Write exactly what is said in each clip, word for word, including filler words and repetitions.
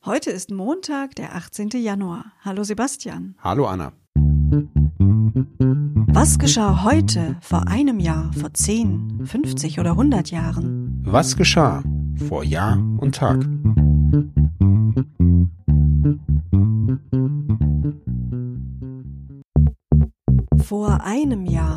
Heute ist Montag, der achtzehnten Januar. Hallo Sebastian. Hallo Anna. Was geschah heute, vor einem Jahr, vor zehn, fünfzig oder hundert Jahren? Was geschah vor Jahr und Tag? Vor einem Jahr.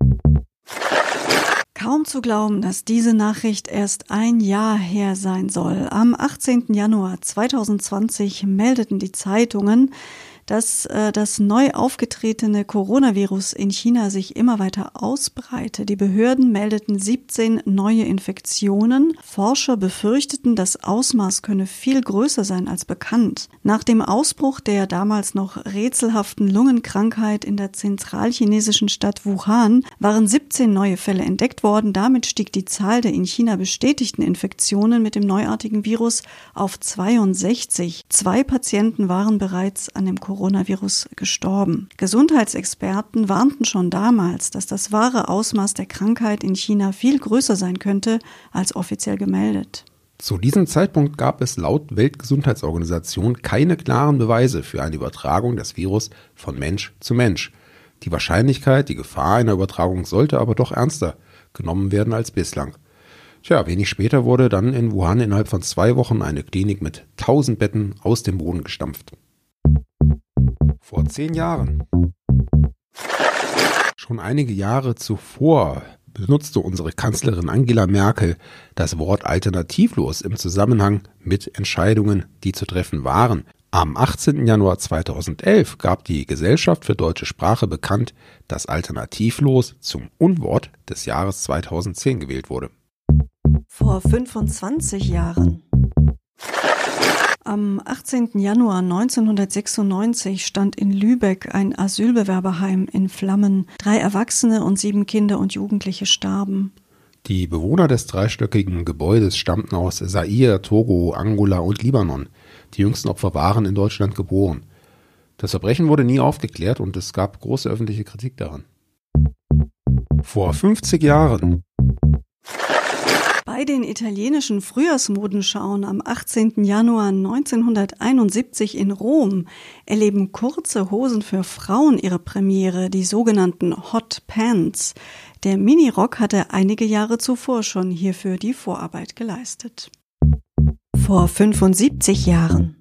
Kaum zu glauben, dass diese Nachricht erst ein Jahr her sein soll. Am achtzehnten Januar zweitausendzwanzig meldeten die Zeitungen, dass äh, das neu aufgetretene Coronavirus in China sich immer weiter ausbreite. Die Behörden meldeten siebzehn neue Infektionen. Forscher befürchteten, das Ausmaß könne viel größer sein als bekannt. Nach dem Ausbruch der damals noch rätselhaften Lungenkrankheit in der zentralchinesischen Stadt Wuhan waren siebzehn neue Fälle entdeckt worden. Damit stieg die Zahl der in China bestätigten Infektionen mit dem neuartigen Virus auf zweiundsechzig. Zwei Patienten waren bereits an dem Coronavirus gestorben. Gesundheitsexperten warnten schon damals, dass das wahre Ausmaß der Krankheit in China viel größer sein könnte als offiziell gemeldet. Zu diesem Zeitpunkt gab es laut Weltgesundheitsorganisation keine klaren Beweise für eine Übertragung des Virus von Mensch zu Mensch. Die Wahrscheinlichkeit, die Gefahr einer Übertragung sollte aber doch ernster genommen werden als bislang. Tja, wenig später wurde dann in Wuhan innerhalb von zwei Wochen eine Klinik mit tausend Betten aus dem Boden gestampft. Vor zehn Jahren. Schon einige Jahre zuvor benutzte unsere Kanzlerin Angela Merkel das Wort alternativlos im Zusammenhang mit Entscheidungen, die zu treffen waren. Am achtzehnten Januar zweitausendelf gab die Gesellschaft für deutsche Sprache bekannt, dass alternativlos zum Unwort des Jahres zweitausendzehn gewählt wurde. Vor fünfundzwanzig Jahren. Am achtzehnten Januar neunzehnhundertsechsundneunzig stand in Lübeck ein Asylbewerberheim in Flammen. Drei Erwachsene und sieben Kinder und Jugendliche starben. Die Bewohner des dreistöckigen Gebäudes stammten aus Zaire, Togo, Angola und Libanon. Die jüngsten Opfer waren in Deutschland geboren. Das Verbrechen wurde nie aufgeklärt und es gab große öffentliche Kritik daran. Vor fünfzig Jahren. Bei den italienischen Frühjahrsmodenschauen am achtzehnten Januar neunzehnhunderteinundsiebzig in Rom erleben kurze Hosen für Frauen ihre Premiere, die sogenannten Hot Pants. Der Minirock hatte einige Jahre zuvor schon hierfür die Vorarbeit geleistet. Vor fünfundsiebzig Jahren.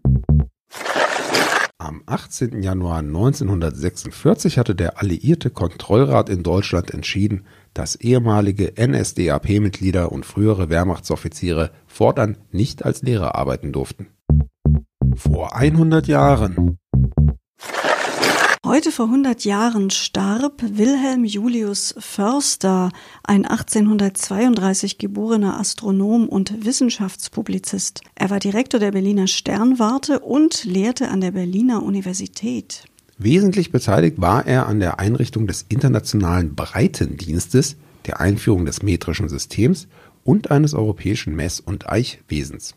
Am achtzehnten Januar neunzehnhundertsechsundvierzig hatte der Alliierte Kontrollrat in Deutschland entschieden, dass ehemalige N S D A P-Mitglieder und frühere Wehrmachtsoffiziere fortan nicht als Lehrer arbeiten durften. Vor hundert Jahren. Heute vor hundert Jahren starb Wilhelm Julius Förster, ein achtzehnhundertzweiunddreißig geborener Astronom und Wissenschaftspublizist. Er war Direktor der Berliner Sternwarte und lehrte an der Berliner Universität. Wesentlich beteiligt war er an der Einrichtung des Internationalen Breitendienstes, der Einführung des metrischen Systems und eines europäischen Mess- und Eichwesens.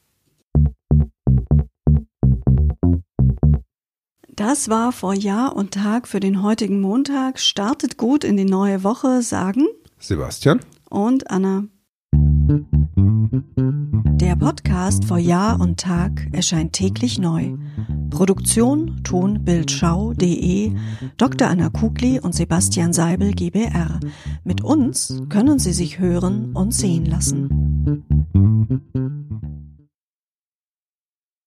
Das war vor Jahr und Tag für den heutigen Montag. Startet gut in die neue Woche, sagen Sebastian und Anna. Der Podcast vor Jahr und Tag erscheint täglich neu. Produktion tonbildschau punkt de, Doktor Anna Kugli und Sebastian Seibel G b R. Mit uns können Sie sich hören und sehen lassen.